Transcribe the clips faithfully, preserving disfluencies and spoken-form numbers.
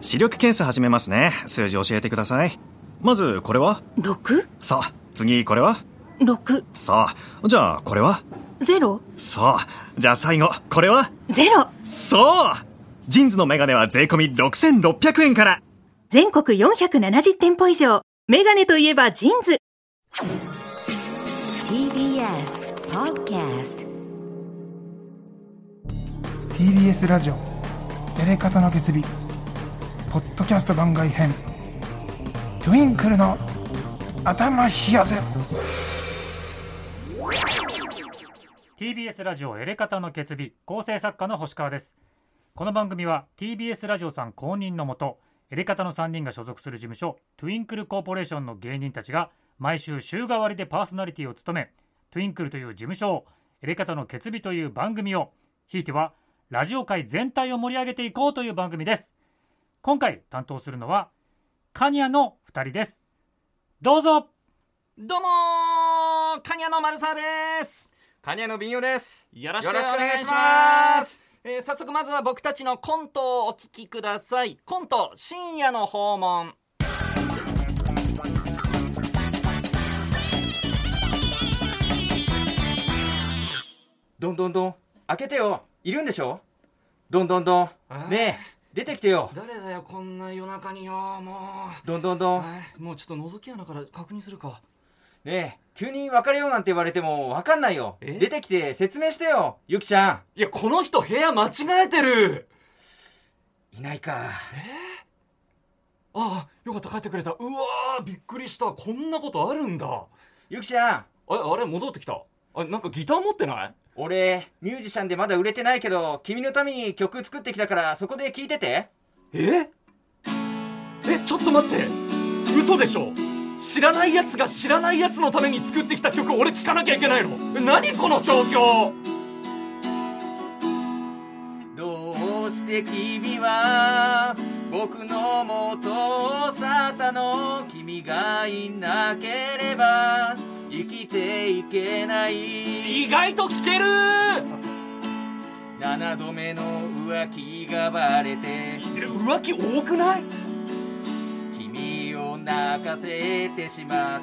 視力検査始めますね。数字教えてください。まずこれはろく? さあ次これはろく。 さあじゃあこれはゼロ。 さあじゃあ最後これはゼロ。 そうジンズのメガネは税込みろくせんろっぴゃくえんから。 全国よんひゃくななじゅってんぽ以上。メガネといえばジンズ。 ティービーエス Podcast。 ティービーエス ラジオやり方の決意ポッドキャスト番外編、トゥインクルの頭冷やせ。 ティービーエス ラジオエレカタの決意、構成作家の星川です。この番組は ティービーエス ラジオさん公認のもと、エレカタのさんにんが所属する事務所トゥインクルコーポレーションの芸人たちが毎週週替わりでパーソナリティを務め、トゥインクルという事務所を、エレカタの決意という番組を、ひいてはラジオ界全体を盛り上げていこうという番組です。今回担当するのはカニャのふたりです。どうぞ。 どうもー、カニャのマルサーです。 カニャのビンヨです。 よろしくお願いします。えー、早速まずは僕たちのコントをお聞きください。コント深夜の訪問。 どんどんどん開けてよ。いるんでしょ。どんどんどんねえ出てきてよ。 誰だよこんな夜中によ。もうどんどんどんもうちょっと覗き穴から確認するか。 ねえ急に別れようなんて言われても分かんないよ。出てきて説明してよゆきちゃん。 いやこの人部屋間違えてる。 いないか。 えー、ああよかった帰ってくれた。うわーびっくりした。こんなことあるんだ。 ゆきちゃん。 あ, あれ戻ってきた。あなんかギター持ってない？ 俺ミュージシャンでまだ売れてないけど君のために曲作ってきたからそこで聴いてて。 ええちょっと待って、嘘でしょ。知らないやつが知らないやつのために作ってきた曲を俺聴かなきゃいけないの？何この状況。 どうして君は僕の元を去ったの。君がいなければ生きていけない。 意外と聞ける。 ななどめの浮気がバレて。 浮気多くない？ 君を泣かせてしまった。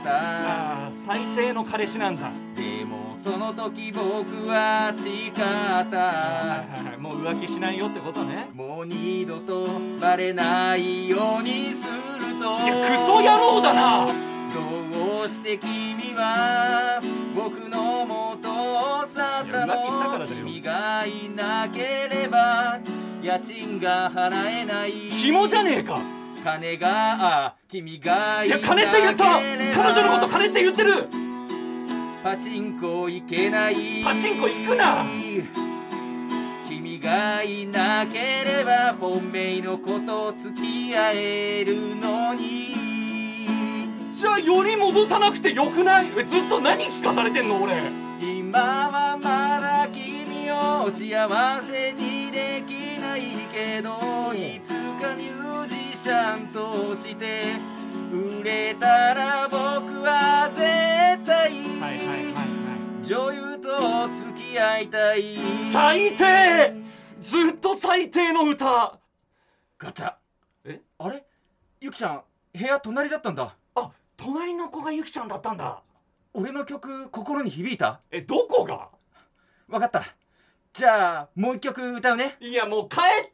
ああ最低の彼氏なんだ。 でもその時僕は誓った、 はいはいはい、もう浮気しないよってことね。 もう二度とバレないようにすると。 いやクソ野郎だな。 どうして君は僕の元を去ったの。君がいなければ家賃が払えない。 紐じゃねえか。 金があ君がいなければ。 いや金って言った。彼女のこと金って言ってる。 パチンコ行けない。 パチンコ行くな。 君がいなければ本命の子と付き合えるのに。 じゃあより戻さなくてよくない？ずっと何聞かされてんの俺。 今はまだ君を幸せにできないけど、いつかミュージシャンとして売れたら僕は絶対女優と付き合いたい。 最低。ずっと最低の歌。 ガチャ。えあれゆきちゃん部屋隣だったんだ。 あ隣の子がゆきちゃんだったんだ。 俺の曲心に響いた？ えどこが？ わかった。じゃあもう一曲歌うね。 いやもう帰って。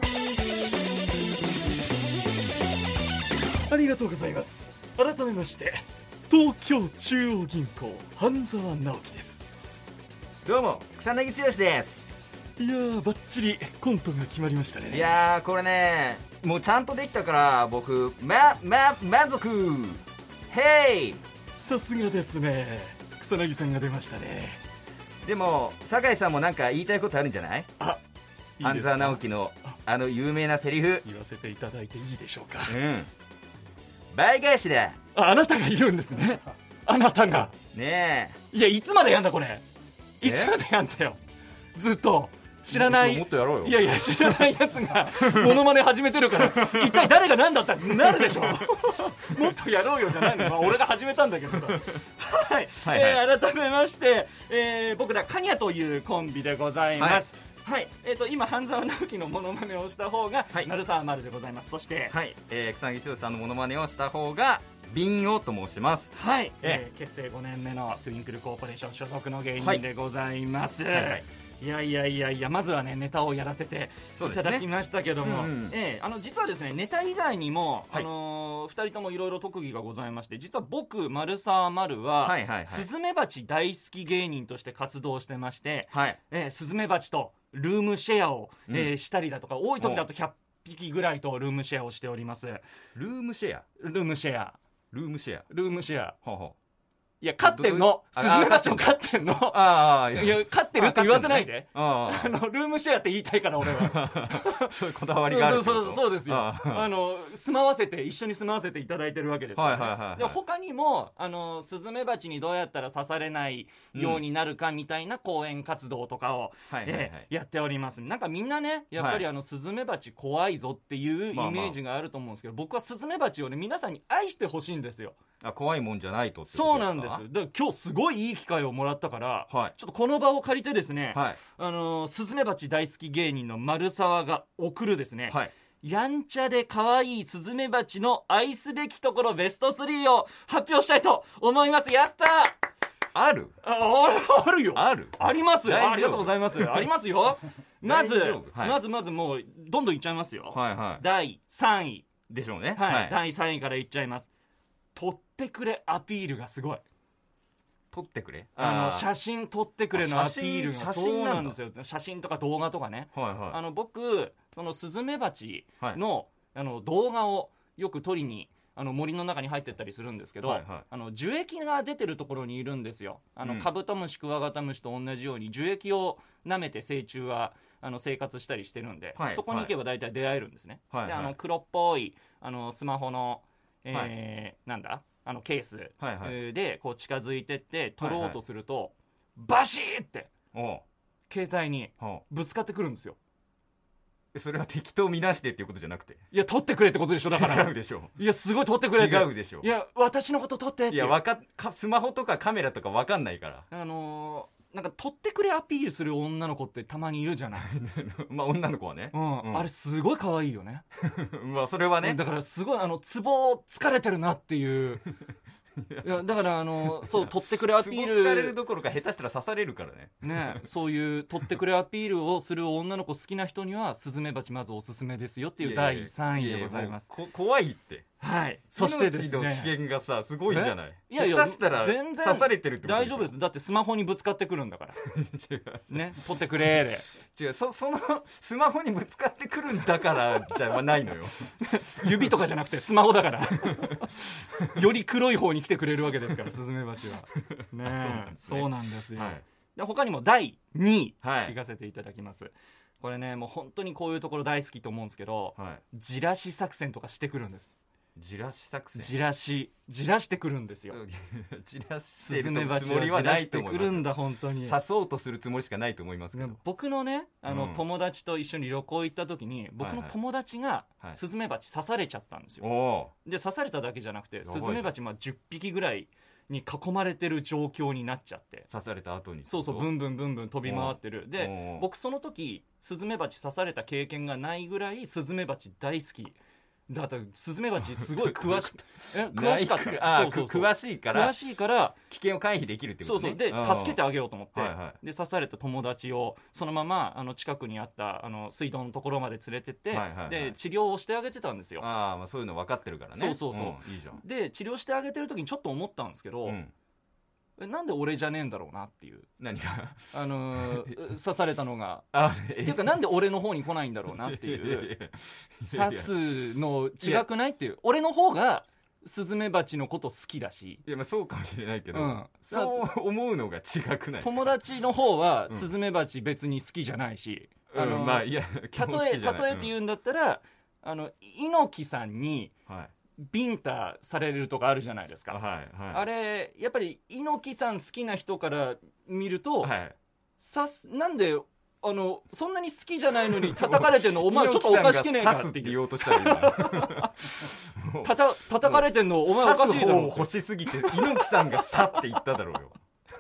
ありがとうございます。改めまして東京中央銀行半沢直樹です。 どうも草薙剛です。 いやーバッチリコントが決まりましたね。 いやーこれねもうちゃんとできたから僕まま満足。ヘイさすがですね。草薙さんが出ましたね。 でも酒井さんもなんか言いたいことあるんじゃない？ あ半沢直樹のあの有名なセリフ言わせていただいていいでしょうか？ うん倍返しだ。 あ、あなたが言うんですね。あなたがねえ。いやいつまでやんだこれ。いつまでやんだよ。ずっと知らない。 もっとやろうよ。 いやいや知らないやつがモノマネ始めてるから一体誰が何だったらなるでしょ。もっとやろうよじゃないの、まあ、俺が始めたんだけどさ。はい、はいはい、えー、改めまして、えー、僕らカニャというコンビでございます。はいはい、えー、と今半沢直樹のモノマネをした方が、 はい、 鳴沢丸でございます。そしてはい、えー、草薙剛さんのモノマネをした方が瓶王と申します。 はい、 ええー、結成ごねんめのトゥインクルコーポレーション所属の芸人でございます、はいはいはい、いやいやいやいや、まずはねネタをやらせていただきましたけども、ね、うんうん、えー、あの実はですねネタ以外にも、はい、あのー、ふたりともいろいろ特技がございまして、実は僕丸沢丸は、はいはいはい、スズメバチ大好き芸人として活動してまして、はい、えー、スズメバチとルームシェアを、うん、えー、したりだとか、多い時だとひゃっぴきぐらいとルームシェアをしております。 ルームシェアルームシェアルームシェアルームシェアほうほう、 いや飼ってんの、スズメバチを飼ってんの。ああ、いや飼ってるって言わせないで、ああのルームシェアって言いたいから俺はそういうこだわりがある。そうそうそうそうですよ。ああの住まわせて一緒に住まわせていただいてるわけですから、ね、はいはいはいはい、で他にもあのスズメバチにどうやったら刺されないようになるかみたいな講演活動とかを、うん、えー、やっております。なんかみんなねやっぱりあの、はい、スズメバチ怖いぞっていうイメージがあると思うんですけど、まあまあ、僕はスズメバチをね皆さんに愛してほしいんですよ。 あ、怖いもんじゃないとってことですか。 そうなんです。だから今日すごいいい機会をもらったから、はい、ちょっとこの場を借りてですね、はい、あのー、スズメバチ大好き芸人の丸沢が送るですね、はい、やんちゃで可愛いスズメバチの愛すべきところベストスリーを発表したいと思います。やったー。 あるあ, あるよ。 あるあります。ありがとうございます。ありますよ。まず、はい、まずまずもうどんどんいっちゃいますよ、はいはい、だいさんいでしょうね、 はいはい、だいさんいからいっちゃいます。撮ってくれアピールがすごい。 撮ってくれ、 あの写真撮ってくれのアピールがそうなんですよ。写真とか動画とかね、はいはい、あの僕そのスズメバチの、はい、あの動画をよく撮りにあの森の中に入ってったりするんですけど、はいはい、あの樹液が出てるところにいるんですよ。あの、うん、カブトムシクワガタムシと同じように樹液を舐めて成虫はあの生活したりしてるんで、はい、そこに行けば大体出会えるんですね、はい、であの黒っぽいあのスマホの、えーはい、なんだあのケース、はいはい、でこう近づいてって撮ろうとすると、はいはい、バシーって携帯にぶつかってくるんですよ。 それは適当見出してっていうことじゃなくて、 いや撮ってくれってことでしょ。だから違うでしょ。 いやすごい撮ってくれって。 違うでしょ。 いや私のこと撮ってって。 いやわかかスマホとかカメラとかわかんないから、 あのー、なんか撮ってくれアピールする女の子ってたまにいるじゃないまあ女の子はね、うんうん、あれすごい可愛いよねまあそれはね、 だからすごいあのツボ疲れてるなっていういやだからあのそう撮ってくれアピール、 疲れるどころか下手したら刺されるからね。 ね、そういう撮ってくれアピールをする女の子好きな人にはスズメバチまずおすすめですよっていうだいさんいでございます。 いやいやこ怖いって。 はい。そしてですね、 命の危険がさすごいじゃない。 いやいや下手したら刺されてるってことでしょ。 大丈夫です。だってスマホにぶつかってくるんだからね、撮ってくれで違う そ, そのスマホにぶつかってくるんだからじゃないのよ指とかじゃなくてスマホだからより黒い方に来てくれるわけですからスズメバチはね。そうなんですよ、はい、で他にもだいにい、はい、行かせていただきます。これねもう本当にこういうところ大好きと思うんですけど、はい、じらし作戦とかしてくるんです。 じらし作戦、 じらしじらしてくるんですよじらしてるつもりはないと思います。 くるんだ本当に。 刺そうとするつもりしかないと思いますけど、 僕のねあの、うん、友達と一緒に旅行行った時に僕の友達がスズメバチ刺されちゃったんですよ、はい、で刺されただけじゃなくてスズメバチまあじゅっぴきぐらいに囲まれてる状況になっちゃって、 刺された後にそうそうブンブンブンブン飛び回ってる。で僕その時スズメバチ刺された経験がないぐらいスズメバチ大好きだからスズメバチすごい詳しえ詳しかったそうそうそう詳しいから詳しいから危険を回避できるってことね。 そうそうで助けてあげようと思って、はいはい、で刺された友達をそのままあの近くにあったあの水道のところまで連れてって、はいはいはい、で治療をしてあげてたんですよ。 あ、まあそういうの分かってるからね。 そうそうそう、うん、いいじゃん。で治療してあげてる時にちょっと思ったんですけど、うん、えなんで俺じゃねえんだろうなっていう。 何があのー、刺されたのがあっていうかなんで俺の方に来ないんだろうなっていう刺すの違くないっていう。俺の方がスズメバチのこと好きだし。 いやまあそうかもしれないけど、うん、そう思うのが違くない。 友達の方はスズメバチ別に好きじゃないし、うん、あのーうん、まあいや例え例えて言うんだったら、うん、あの猪木さんに、はいビンタされるとかあるじゃないですか、はいはい、あれやっぱり猪木さん好きな人から見ると、はい、さすなんであのそんなに好きじゃないのに叩かれてんのお前ちょっとおかしくねえかって言おうとしたらたた叩かれてんのお前おかしいだろ。 欲しすぎて猪木さんがさって言っただろうよ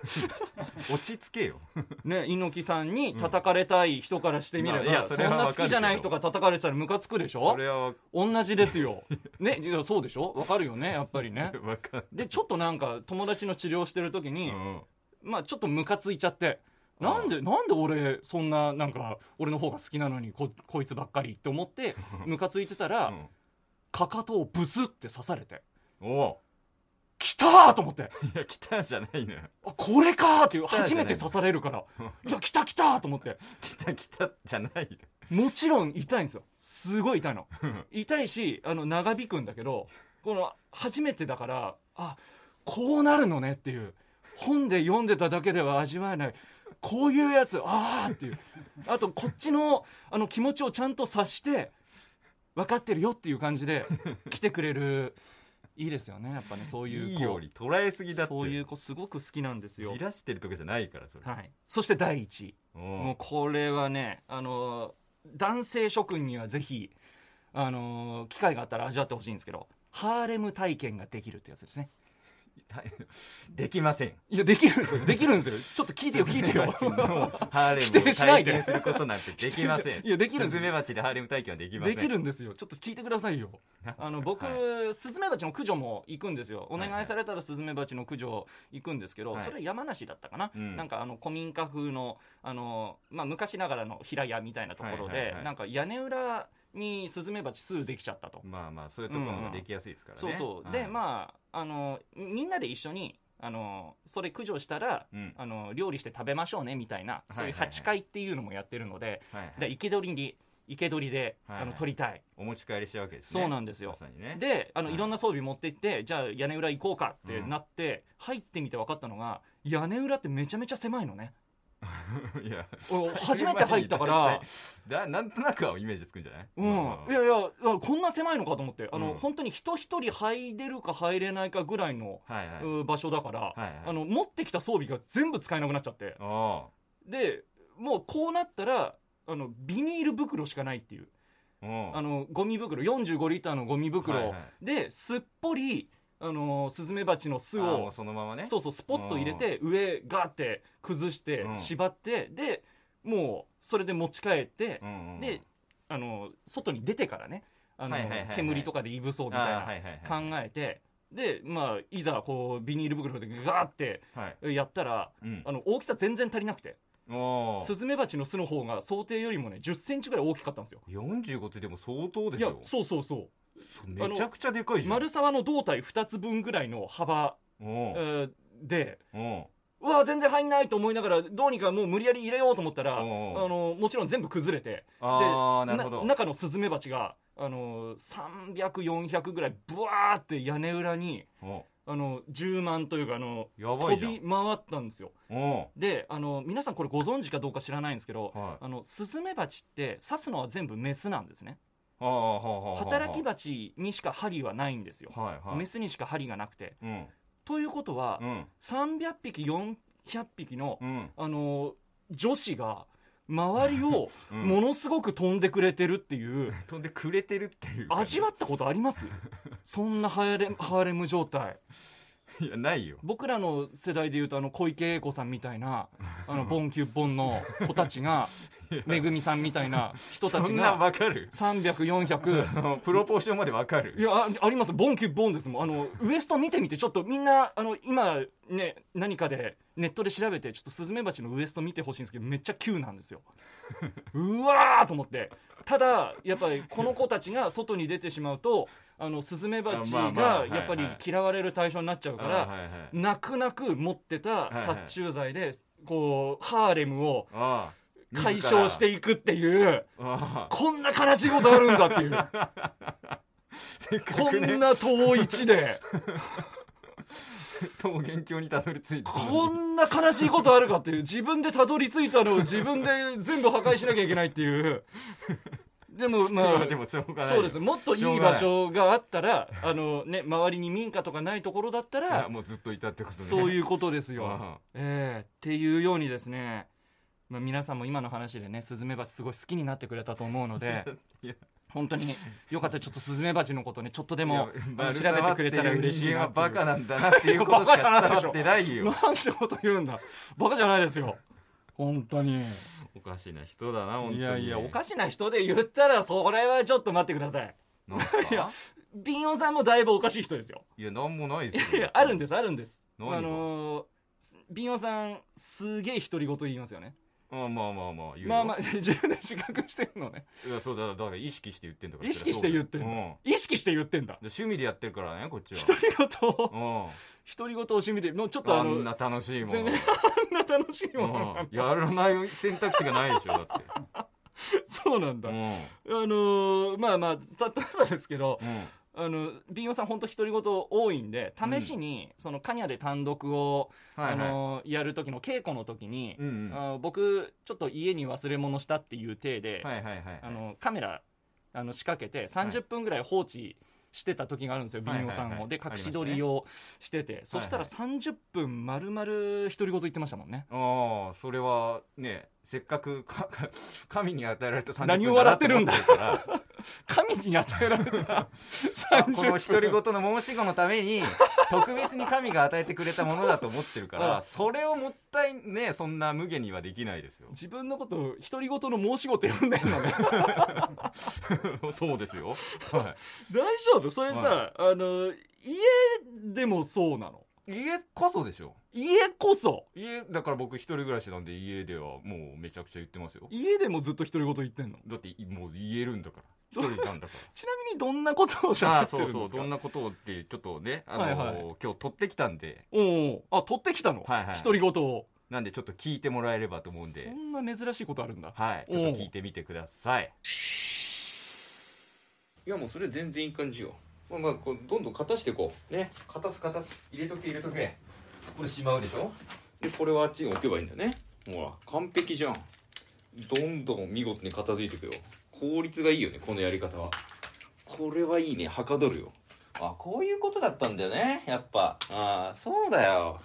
落ち着けよね、猪木さんに叩かれたい人からしてみれば、 うんまあいやそそんな好きじゃない人が叩かれてたらムカつくでしょ。 それは同じですよね。いやそうでしょ、わかるよねやっぱりねわかんでちょっとなんか友達の治療してる時に、うん、まあちょっとムカついちゃって、なんでなんで俺そんななんか俺の方が好きなのに こ, こいつばっかりって思ってムカついてたら、うん、かかとをブスって刺されて、お来たーと思って、 いや来たじゃないのよ、 あこれかーっていう初めて刺されるからいや来た来たーと思って、 来た来たじゃないもちろん痛いんですよ、すごい痛いの痛いしあの長引くんだけど、この初めてだからあこうなるのねっていう、本で読んでただけでは味わえないこういうやつ、あーっていう、あとこっちのあの気持ちをちゃんと察して分かってるよっていう感じで来てくれるいいですよねやっぱね、そういういいように捉えすぎだって、 そういう子すごく好きなんですよ。 じらしてるとかじゃないからそれ、 はい、そしてだいいちい、もうこれはねあの男性諸君にはぜひあの機会があったら味わってほしいんですけど、ハーレム体験ができるってやつですね。 できません。 いやできるんですよ、できるんですよ。ちょっと聞いてよ聞いてよハーレムを体験することなんてできません。 いやできるんです。 スズメバチでハーレム体験はできません。 できるんですよ。ちょっと聞いてくださいよ。あの僕、はい、スズメバチの駆除も行くんですよ。お願いされたらスズメバチの駆除行くんですけど、はい、それは山梨だったかな、うん、なんかあの古民家風のあの、まあ、昔ながらの平屋みたいなところで、はいはいはい、なんか屋根裏にスズメバチ数できちゃったと。 まあまあそういうところもできやすいですからね、 うんうん、そうそう、はい、でまああのみんなで一緒にあのそれ駆除したら、うん、あの料理して食べましょうねみたいな、そういうはちかいっていうのもやってるので、はいはい、で生け捕りに生け捕りで、はいはい、あの取りたい、 お持ち帰りしちゃうわけですね。 そうなんですよ、 まさにね、 であの、はい、いろんな装備持って行ってじゃあ屋根裏行こうかってなって、うん、入ってみて分かったのが屋根裏ってめちゃめちゃ狭いのねいや初めて入ったからだなんとなくはイメージつくんじゃない、 うん、いやいやこんな狭いのかと思って、あの、うん、本当に人一人入れるか入れないかぐらいの、はいはい、場所だから、はいはい、あの持ってきた装備が全部使えなくなっちゃって、でもうこうなったらあのビニール袋しかないっていう、あのゴミ袋よんじゅうごリッターのゴミ袋、はいはい、ですっぽりあのスズメバチの巣をそのままね、 そうそうスポッと入れて上ガーって崩して縛って、うん、でもうそれで持ち帰って、うんうん、であの外に出てからねあの、はいはいはいはい、煙とかでいぶそうみたいな、はいはいはい、考えて、でまあいざこうビニール袋でガーってやったら、はい、あの大きさ全然足りなくて、スズメバチの巣の方が想定よりもねじゅっセンチぐらい大きかったんですよ。 よんじゅうごってでも相当でしょ。 いやそうそうそう、 めちゃくちゃでかいじゃん。 丸沢の胴体ふたつぶんぐらいの幅、えー、でうわ全然入んないと思いながらどうにかもう無理やり入れようと思ったら、あのもちろん全部崩れて、であなるほど中のスズメバチがあのさんびゃく、よんひゃくぐらいブワーって屋根裏にあの充満というかあの飛び回ったんですよ。であの皆さんこれご存知かどうか知らないんですけど、はい、あのスズメバチって刺すのは全部メスなんですね。働き蜂にしか針はないんですよ、はいはい、メスにしか針がなくて、うん、ということは、うん、さんびゃっぴきよんひゃっぴきの、うん、あの女子が周りをものすごく飛んでくれてるっていう、うん、 飛んでくれてるっていう味わったことありますそんなハーレム、ハーレム状態。 いやないよ。 僕らの世代でいうとあの小池栄子さんみたいなあのボンキュッボンの子たちがめぐみさんみたいな人たちがさんびゃく、よんひゃくプロポーションまでわかる。 いや あ, あります。ボンキュッボンですもん。あのウエスト見てみてちょっとみんなあの今ね何かでネットで調べてちょっとスズメバチのウエスト見てほしいんですけどめっちゃ急なんですようわーと思って。ただやっぱりこの子たちが外に出てしまうとあのスズメバチがやっぱり嫌われる対象になっちゃうから泣く泣く持ってた殺虫剤でこうハーレムを解消していくっていうこんな悲しいことあるんだっていうこんな遠い地で桃源郷にたどり着いてこんな悲しいことあるかっていう自分でたどり着いたのを自分で全部破壊しなきゃいけないっていうでもまあでもしょうがない。 そうです。もっといい場所があったらあのね周りに民家とかないところだったらもうずっといたってことね。 そういうことですよえー、っていうようにですね、まあ、皆さんも今の話でねスズメバチすごい好きになってくれたと思うので本当によかったらちょっとスズメバチのことねちょっとでも調べてくれたら嬉しいなっていう。 人間はバカなんだなっていうことしか伝わってないよ。 なんてこと言うんだ。バカじゃないですよ本当に。 おかしな人だな本当に。 いやいやおかしな人で言ったらそれはちょっと待ってください。 なんすかいやビンヨンさんもだいぶおかしい人ですよ。 いやなんもないですよ。 いやあるんですあるんです。 何があのー、ビンヨンさんすげえ独り言言いますよね。 ああまあまあまあ言うよ。 まあまあ自分で自覚してるのね。 いやそうだだから意識して言ってんだから。 意識して言ってんだ、 うん、 意識して言ってんだ。 趣味でやってるからねこっちは。 独り言を、 うん、 独り言を趣味でもうちょっとあのあんな楽しいもん。 全然あんな楽しいもん、 うん、やらない選択肢がないでしょだってそうなんだ、 うん、 あのー、まあまあ例えばですけど、 うんあのビンヨンさん本当独り言多いんで試しに、うん、そのカニャで単独を、はいはい、あのやる時の稽古の時に、うんうん、あ僕ちょっと家に忘れ物したっていう体で、はいはいはいはい、あのカメラあの仕掛けてさんじゅっぷんぐらい放置してた時があるんですよ、はい、ビンヨンさんを、はいはいはい、で隠し撮りをしてて、ね、そしたらさんじゅっぷん丸々独り言言ってましたもんね。 ああそれはねせっかくか神に与えられたさんじゅっぷん何を笑ってるんだ神に与えられたさんじゅっぷんこの独り言の申し子のために特別に神が与えてくれたものだと思ってるからそれをもったいねそんな無限にはできないですよ。 自分のことを独り言の申し子って呼んでんのねそうですよ、はい、 大丈夫それさ、はい、あの家でもそうなの。 家こそでしょ。 家こそ家だから僕一人暮らしなんで家ではもうめちゃくちゃ言ってますよ。 家でもずっと独り言言ってんの。だってもう言えるんだから一人なんだからちなみにどんなことをしゃべってるんですか。 あそうそうどんなことをってちょっとねあのーはいはい、今日取ってきたんで。 おおあ取ってきたの、はいはい、独り言をなんでちょっと聞いてもらえればと思うんで。 そんな珍しいことあるんだ。 はいちょっと聞いてみてください。いやもうそれ全然いい感じよ。まずこうどんどん片してこうね片す片す入れとけ入れとけ。これしまうでしょ。でこれはあっちに置けばいいんだよね。ほら完璧じゃん。どんどん見事に片付いていくよ。効率がいいよねこのやり方は。これはいいねはかどるよ。あこういうことだったんだよねやっぱ。あそうだよ。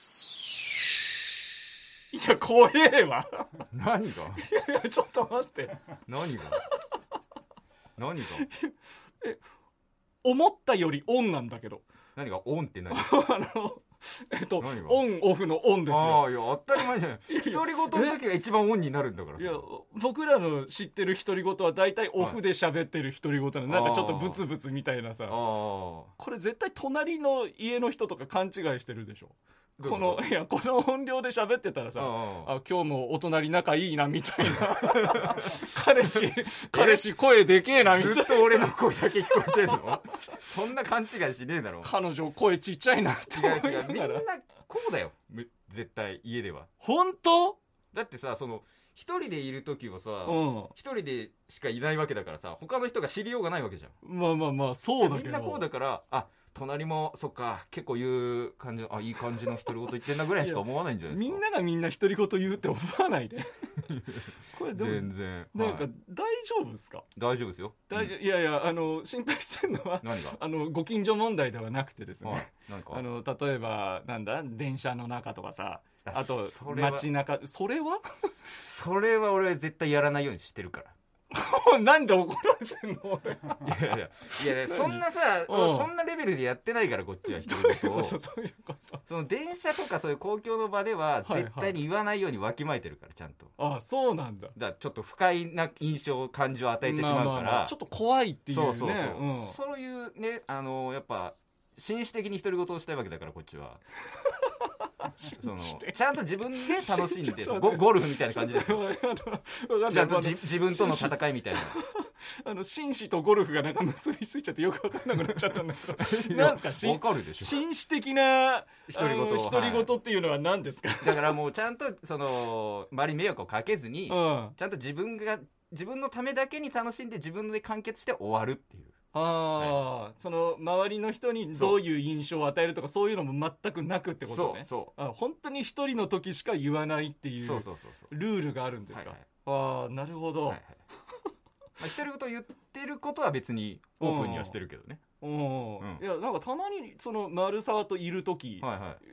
いや怖えわ何が。いやいやちょっと待って何が何がえ思ったよりオンなんだけど。 何がオンって何あのえっとオンオフのオンですよ。 ああいや当たり前じゃない独り言の時が一番オンになるんだから。 いや僕らの知ってる独り言は大体オフで喋ってる独り言なの。なんかちょっとブツブツみたいなさ。あこれ絶対隣の家の人とか勘違いしてるでしょ。このいやこの音量で喋ってたらさ あ, あ今日もお隣仲いいなみたいな彼氏彼氏声でけえなみたいな。 ずっと俺の声だけ聞こえてるのそんな勘違いしねえだろ。 彼女声ちっちゃいなって思いながら。 違う違うみんなこうだよ絶対家では。 本当だってさその一人でいる時はさ一、うん、人でしかいないわけだからさ他の人が知りようがないわけじゃん。 まあまあまあそうだけどみんなこうだからあ隣もそっか結構言う感じのあいい感じの独り言言ってんなぐらいしか思わないんじゃないですか。 みんながみんな独り言言うって思わないでこれでも全然なんか、はい、大丈夫ですか。 大丈夫ですよ。 大丈夫、うん、いやいやあの心配してるのは何があのご近所問題ではなくてですね、はい、 なんかあの例えばなんだ電車の中とかさあと街中それはそれは俺絶対やらないようにしてるからなんで怒られてんの俺。 いやいやいやいやそんなさそんなレベルでやってないからこっちは一人でどういうことどういうことその電車とかそういう公共の場では絶対に言わないようにわきまえてるからちゃんと。 ああそうなんだ。 だからちょっと不快な印象感情を与えてしまうから、まあまあまあ、 ちょっと怖いっていうね。 そうそうそう、うん、そういうねあのやっぱ紳士的に独り言をしたいわけだからこっちはそのちゃんと自分で楽しんでゴ, ゴルフみたいな感じでちゃんと自分との戦いみたいなあの紳士とゴルフがなんか結びついちゃってよく分かんなくなっちゃったんだけどなんですか分かるでしょ紳士的な独り言独り言っていうのは何ですか。 だからもうちゃんとその周りに迷惑をかけずに、うん、ちゃんと自分が自分のためだけに楽しんで自分で完結して終わるっていう。 ああ、はい、その周りの人にどういう印象を与えるとかそういうのも全くなくってことね。 そうそうあ本当に一人の時しか言わないっていうルールがあるんですか。はいはい、ああなるほど、はいはいまあ、独り言言ってることは別にオープンにはしてるけどね。 うん、いやなんかたまにその丸沢といる時、はいはい、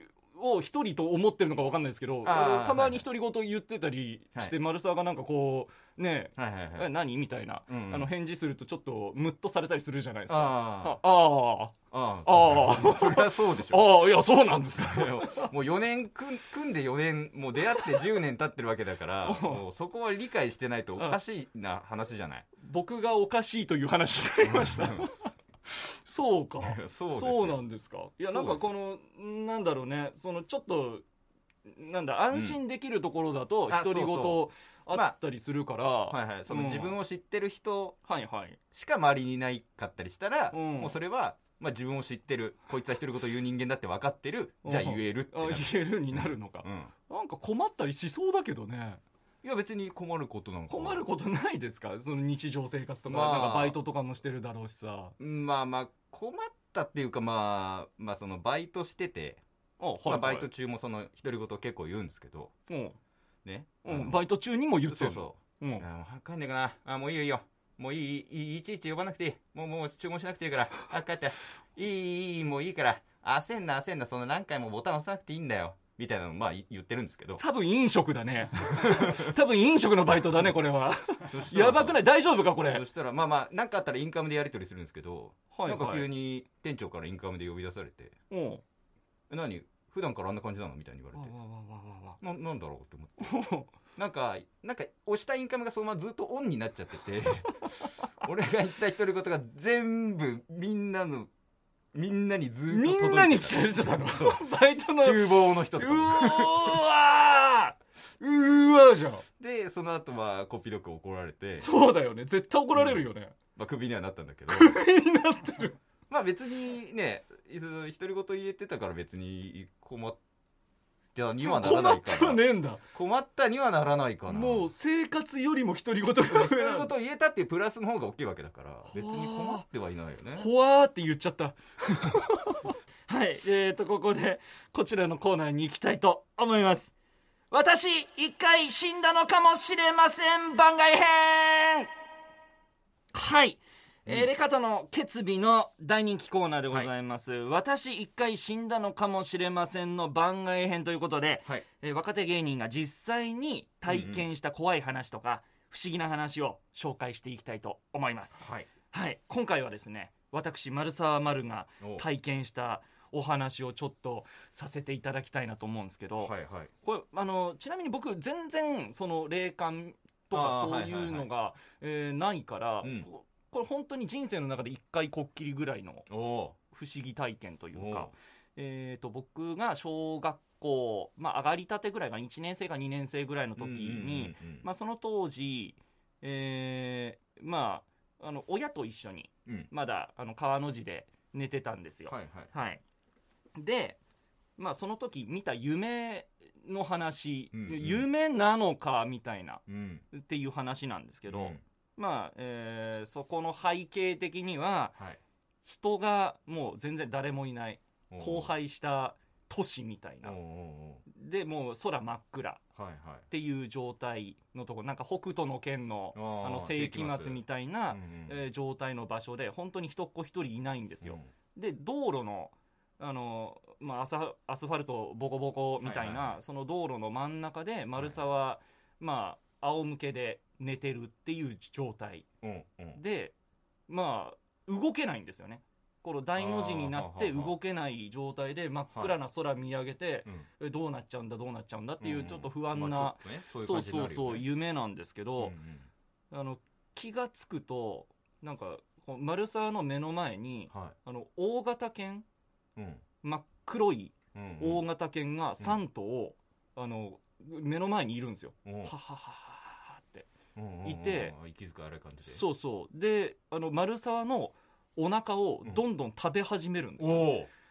を一人と思ってるのか分かんないですけど、たまに独り言言ってたりして、はい、丸沢がなんかこうね、はいはいはい、何みたいな、うんうん、あの返事するとちょっとムッとされたりするじゃないですか。ああああああそれはそうでしょ。ああいやそうなんですかもうよねん組んでよねんもう出会ってじゅうねん経ってるわけだからもうそこは理解してないとおかしいな話じゃない。僕がおかしいという話になりましたそうかそうです、そうなんですか。いやなんかこのなんだろうね、そのちょっとなんだ安心できるところだと独り言あったりするから、はいはい、その自分を知ってる人しか周りにいないかったりしたら、うん、もうそれはまあ自分を知ってるこいつは独り言言う人間だって分かってる、じゃあ言えるってなる、言えるになるのか、うん、なんか困ったりしそうだけどね。いや別に困ることなんか困ることないですか。その日常生活とか、まあ、なんかバイトとかもしてるだろうしさ。まあまあ困ったっていうか、まあまあそのバイトしてて、あ、はいはい、まあ、バイト中もその独り言結構言うんですけど、うんね、うん、バイト中にも言ってる。そうそう、うん、あもう分かんねえかなあ、もういいよいいよもういいいいいちいち呼ばなくていい、もうもう注文しなくていいからあ帰っていいいいもういいから焦んな焦んな、その何回もボタン押さなくていいんだよみたいなのまあ言ってるんですけど、多分飲食だね多分飲食のバイトだねこれはやばくない？大丈夫かこれ。そしたらまあまあ何かあったらインカムでやり取りするんですけど、はいはい、なんか急に店長からインカムで呼び出されて、うん、え何普段からあんな感じなのみたいに言われて、な, なんだろうって思ってなんかなんか押したインカムがそのままずっとオンになっちゃってて俺が言った独り言が全部みんなのみんなにずっと届いてた。みんなに聞かれてたのバイトの厨房の人とか。うわーうわーじゃん。でその後はコピードク怒られて。そうだよね、絶対怒られるよね、うん、まあクビにはなったんだけど。クビになってるまあ別にね独り言言えてたから別に困ったにはならないから。困ったねえんだ。困ったにはならないかな。もう生活よりも独り言が独り言言えたっていうプラスの方が大きいわけだから別に困ってはいないよね。ほわーって言っちゃったはい、えーとここでこちらのコーナーに行きたいと思います。私一回死んだのかもしれません番外編。はい、えー、レカタの決日の大人気コーナーでございます、はい、私一回死んだのかもしれませんの番外編ということで、はい、えー、若手芸人が実際に体験した怖い話とか、うんうん、不思議な話を紹介していきたいと思います、はいはい、今回はですね私丸沢丸が体験したお話をちょっとさせていただきたいなと思うんですけど、はいはい、これあのちなみに僕全然その霊感とかそういうのが、はいはいはい、えー、ないから、うん、これ本当に人生の中でいっかいこっきりぐらいの不思議体験というか、えー、と僕が小学校、まあ、上がりたてぐらいがいちねん生かにねん生ぐらいの時に、うんうんうんうん、まあ、その当時、えー、まああの親と一緒にまだあの川の字で寝てたんですよ、はいはいはい、で、まあ、その時見た夢の話、うんうん、夢なのかみたいな、うん、っていう話なんですけど、うん、まあえー、そこの背景的には、はい、人がもう全然誰もいない荒廃した都市みたいなでもう空真っ暗っていう状態のところ、なんか北斗の拳のあの世紀末みたいな、うんうん、えー、状態の場所で本当に人っ子一人いないんですよ、うん、で道路のあの、まあ、アスアスファルトボコボコみたいな、はいはい、その道路の真ん中で丸沢、はい、まあ仰向けで寝てるっていう状態、うんうん、でまあ動けないんですよね。この大の字になって動けない状態で真っ暗な空見上げて、はい、どうなっちゃうんだどうなっちゃうんだっていうちょっと不安な、うんまあね、そういう感じになるよね。そうそうそう夢なんですけど、うんうん、あの気がつくとなんか丸沢の目の前に、はい、あの大型犬、うん、真っ黒い大型犬がさん頭、うん、あの目の前にいるんですよ、うん、ははははっていて、息遣い荒い感じで、そうそうであの丸沢のお腹をどんどん食べ始めるんですよ、うん、う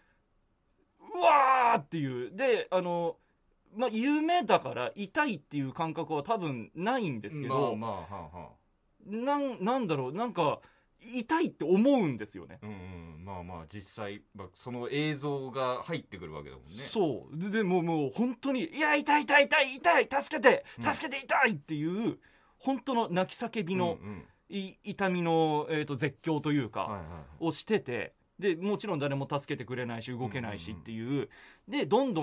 わーっていうであの、まあ、夢だから痛いっていう感覚は多分ないんですけど、まあまあはあはあ、なん、なんだろうなんか痛いって思うんですよね、うんうん、まあまあ実際、まあ、その映像が入ってくるわけだもんね。そうで、でももう本当にいや痛い痛い痛い痛い助けて助けて痛いっていう、うん、本当の泣き叫びの、うんうん、い痛みの、えーと、絶叫というか、はいはいはい、をしててでもちろん誰も助けてくれないし動けないしっていう、うんうんうん、でどんどん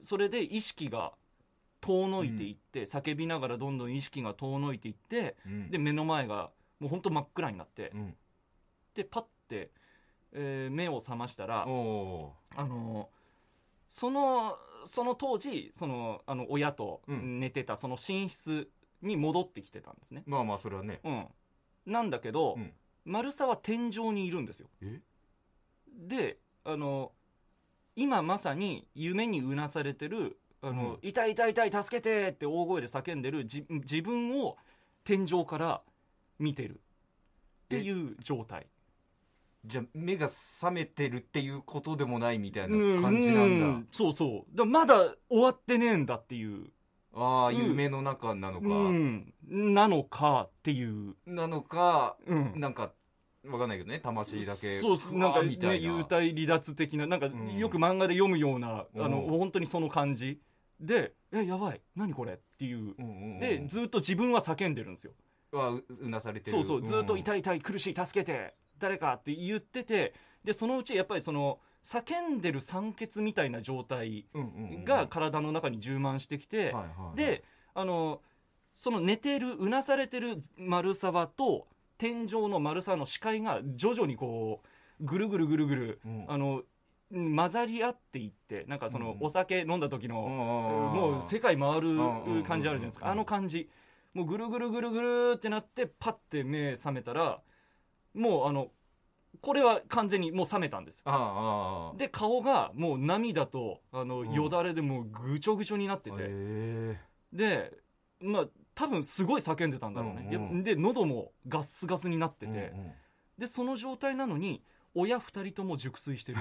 それで意識が遠のいていって、うん、叫びながらどんどん意識が遠のいていって、うん、で目の前がもうほんと真っ暗になって、うん、でパッて、えー、目を覚ましたら、あのそのその当時そのあの親と寝てたその寝室に戻ってきてたんですね。 まあまあそれはね、 うん、なんだけど、うん、丸沢は天井にいるんですよ。 えであの今まさに夢にうなされてるあの、うん、痛い痛い痛い助けてって大声で叫んでるじ自分を天井から見てるっていう状態。 じゃあ目が覚めてるっていうことでもないみたいな感じなんだ。 うんうん、そうそうだまだ終わってねえんだっていう。 ああ、うん、夢の中なのか、 うん、なのかっていうなのか、うん、なんかわかんないけどね、魂だけそうなんか、ね、幽体離脱的ななんか、うん、よく漫画で読むような、うん、あの本当にその感じで、えやばい何これっていう、うんうんうん、でずっと自分は叫んでるんですよ。 わ う, うなされてる。 そうそうずっと痛い痛い苦しい助けて誰かって言ってて、でそのうちやっぱりその叫んでる酸欠みたいな状態が体の中に充満してきて、であのその寝てるうなされてる丸沢と天井の丸沢の視界が徐々にこうぐるぐるぐるぐる、うん、あの混ざり合っていって、なんかそのお酒飲んだ時の、うん、もう世界回る感じあるじゃないですか。あの感じもうぐるぐるぐるぐるってなってパッて目覚めたらもうあのこれは完全にもう覚めたんです。 ああで顔がもう涙とあのよだれでもうぐちょぐちょになってて、でまあ多分すごい叫んでたんだろうね、うんうん、で喉もガッスガスになってて、うんうん、でその状態なのに親ふたりとも熟睡してる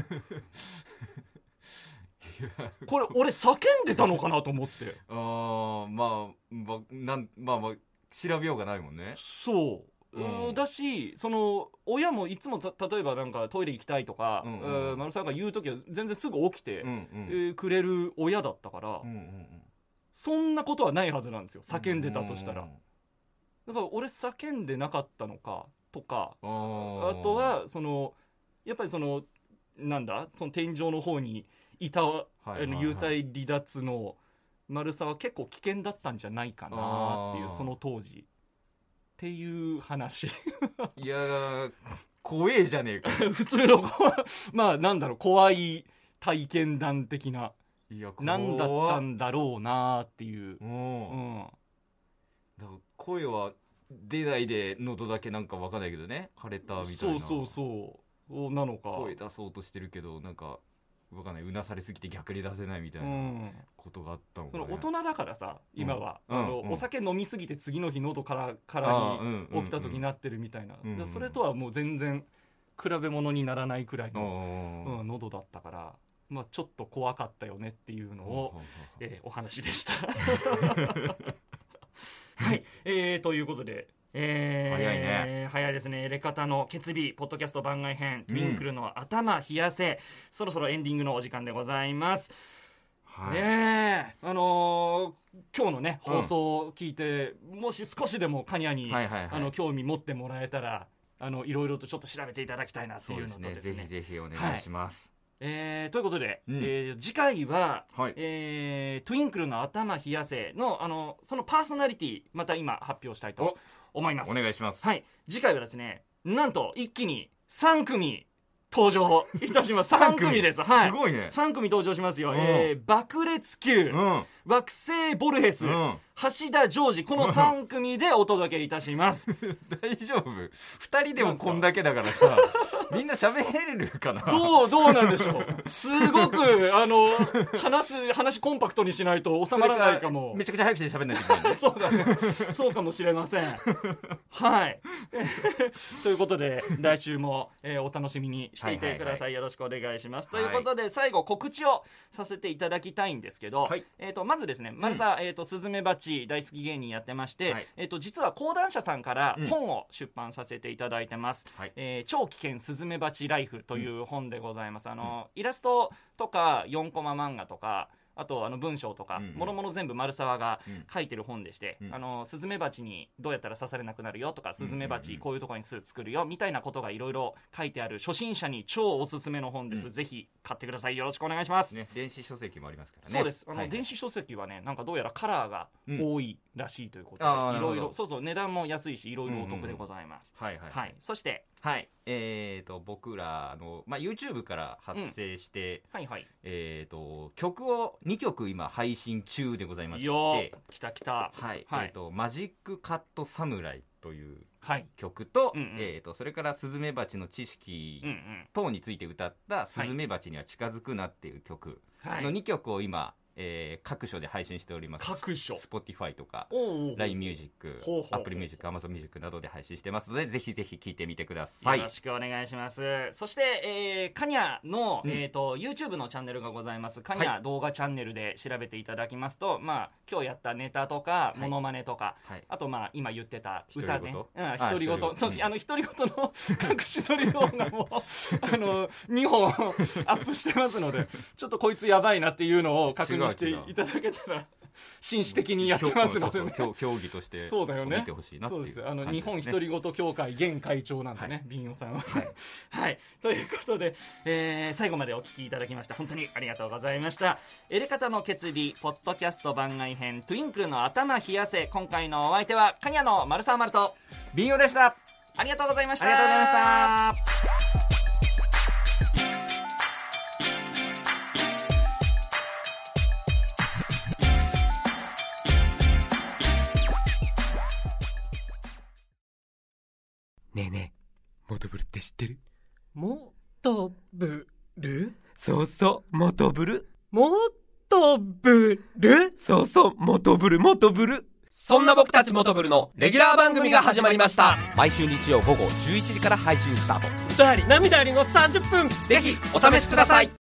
これ俺叫んでたのかなと思って。 ああまあまあなんまあまあ調べようがないもんね。 そううん、だしその親もいつもた例えばなんかトイレ行きたいとか、うんうんうん、丸さんが言う時は全然すぐ起きて、うんうんえー、くれる親だったから、うんうんうん、そんなことはないはずなんですよ叫んでたとしたら、うんうんうん、だから俺叫んでなかったのかとか あ, あとはそのやっぱりそのなんだその天井の方にいた、はいはいはい、幽体離脱の丸さは結構危険だったんじゃないかなっていうその当時っていう話いやー怖えじゃねえか普通のまあなんだろう怖い体験談的ないやなんだったんだろうなっていう、うん、 だから声は出ないで喉だけなんか分かんないけどね腫れたみたいなそうそうそうなのか声出そうとしてるけどなんか分かんないうなされすぎて逆に出せないみたいなことがあったのかね、 うん、大人だからさ今は、うん、あのうん、お酒飲みすぎて次の日喉からからに起きた時になってるみたいな、うんうんうん、それとはもう全然比べ物にならないくらいの、うん、喉だったから、まあ、ちょっと怖かったよねっていうのを、えー、お話でしたはい、えー、ということでえー、 早いね早いですね。エレカタの決意ポッドキャスト番外編、トゥインクルの頭冷やせ、そろそろエンディングのお時間でございます、はい、ねえあのー、今日のね放送を聞いて、うん、もし少しでもカニャに、はいはいはい、あの興味持ってもらえたらあのいろいろとちょっと調べていただきたいなっていうのとですね、 ぜひぜひお願いします、 はいえー、ということで、うんえー、次回は、はいえー、トゥインクルの頭冷やせ の, あのそのパーソナリティまた今発表したいと思います。 お願いします、 はい、次回はですねなんと一気にさん組登場いたしますさん組です、はい、 すごいねさん組登場しますよ、うんえー、爆裂球、うん、惑星ボルヘス、うん、橋田ジョージこのさん組でお届けいたします大丈夫ふたりでもこんだけだからさみんな喋れるかなどうどうなんでしょうすごくあの話す話コンパクトにしないと収まらないかもめちゃくちゃ早くして喋んないといけない、ね、 そうだねそうかもしれませんはいということで来週も、えー、お楽しみにしていてください、はいはいはい、よろしくお願いします、はい、ということで最後告知をさせていただきたいんですけど、はいえー、とまずですね丸さん、うんえー、とスズメバチ大好き芸人やってまして、はいえー、と実は講談社さんから本を出版させていただいてます、うんえー、超危険スズメバチライフという本でございます。あの、うん、イラストとかよんコマ漫画とかあとあの文章とか、うんうん、もろもろ全部丸沢が書いてる本でして、うん、あのスズメバチにどうやったら刺されなくなるよとか、スズメバチこういうところに巣作るよみたいなことがいろいろ書いてある初心者に超おすすめの本です、うん、ぜひ買ってください。よろしくお願いします、 ね、電子書籍もありますからね。 そうです、あの、はいはい、電子書籍はねなんかどうやらカラーが多いらしいということで、いろいろそうそう値段も安いしいろいろお得でございます、うんうんうん、はいはい、はい、そしてはいえー、と僕らの、まあ、YouTube から発生して、うんはいはいえー、と曲をにきょく今配信中でございまして、 よきたきた、 はいはいえー、とマジックカットサムライという曲と、はいうんうんえー、とそれからスズメバチの知識等について歌ったスズメバチには近づくなっていう曲のにきょくを今えー、各所で配信しております。 各所 Spotify とか ライン Music、Apple Music、Amazon Music などで配信してますので、ぜひぜひ聴いてみてください。 よろしくお願いします。そして、えー、カニャの、うんえー、と YouTube のチャンネルがございます。カニャ動画チャンネルで調べていただきますと、はい、まあ今日やったネタとかモノマネとか、はい、あとまあ今言ってた歌ね、独り言、そうあの独り言の隠し撮り動画もあのにほんアップしてますので、ちょっとこいつやばいなっていうのを確認していただけたら紳士的にやってますのでね、 そうそう競技としてそうだよね、 見てほしいなっていう、 そうです、あの日本独り言協会現会長なんでね、ビンヨさんは、はいはい、ということで、えー、最後までお聞きいただきました本当にありがとうございました。エレカタの決意ポッドキャスト番外編トゥインクルの頭冷やせ、今回のお相手はカニャの丸沢丸とビンヨでした。 ありがとうございました。 ありがとうございました。 ねえねえ、モトブルって知ってる？ モトブル？ そうそう、モトブル。 モトブル？ そうそう、モトブル、モトブル。そんな僕たちモトブルのレギュラー番組が始まりました。毎週日曜午後じゅういちじから配信スタート。 歌あり涙ありのさんじゅっぷん、 ぜひお試しください。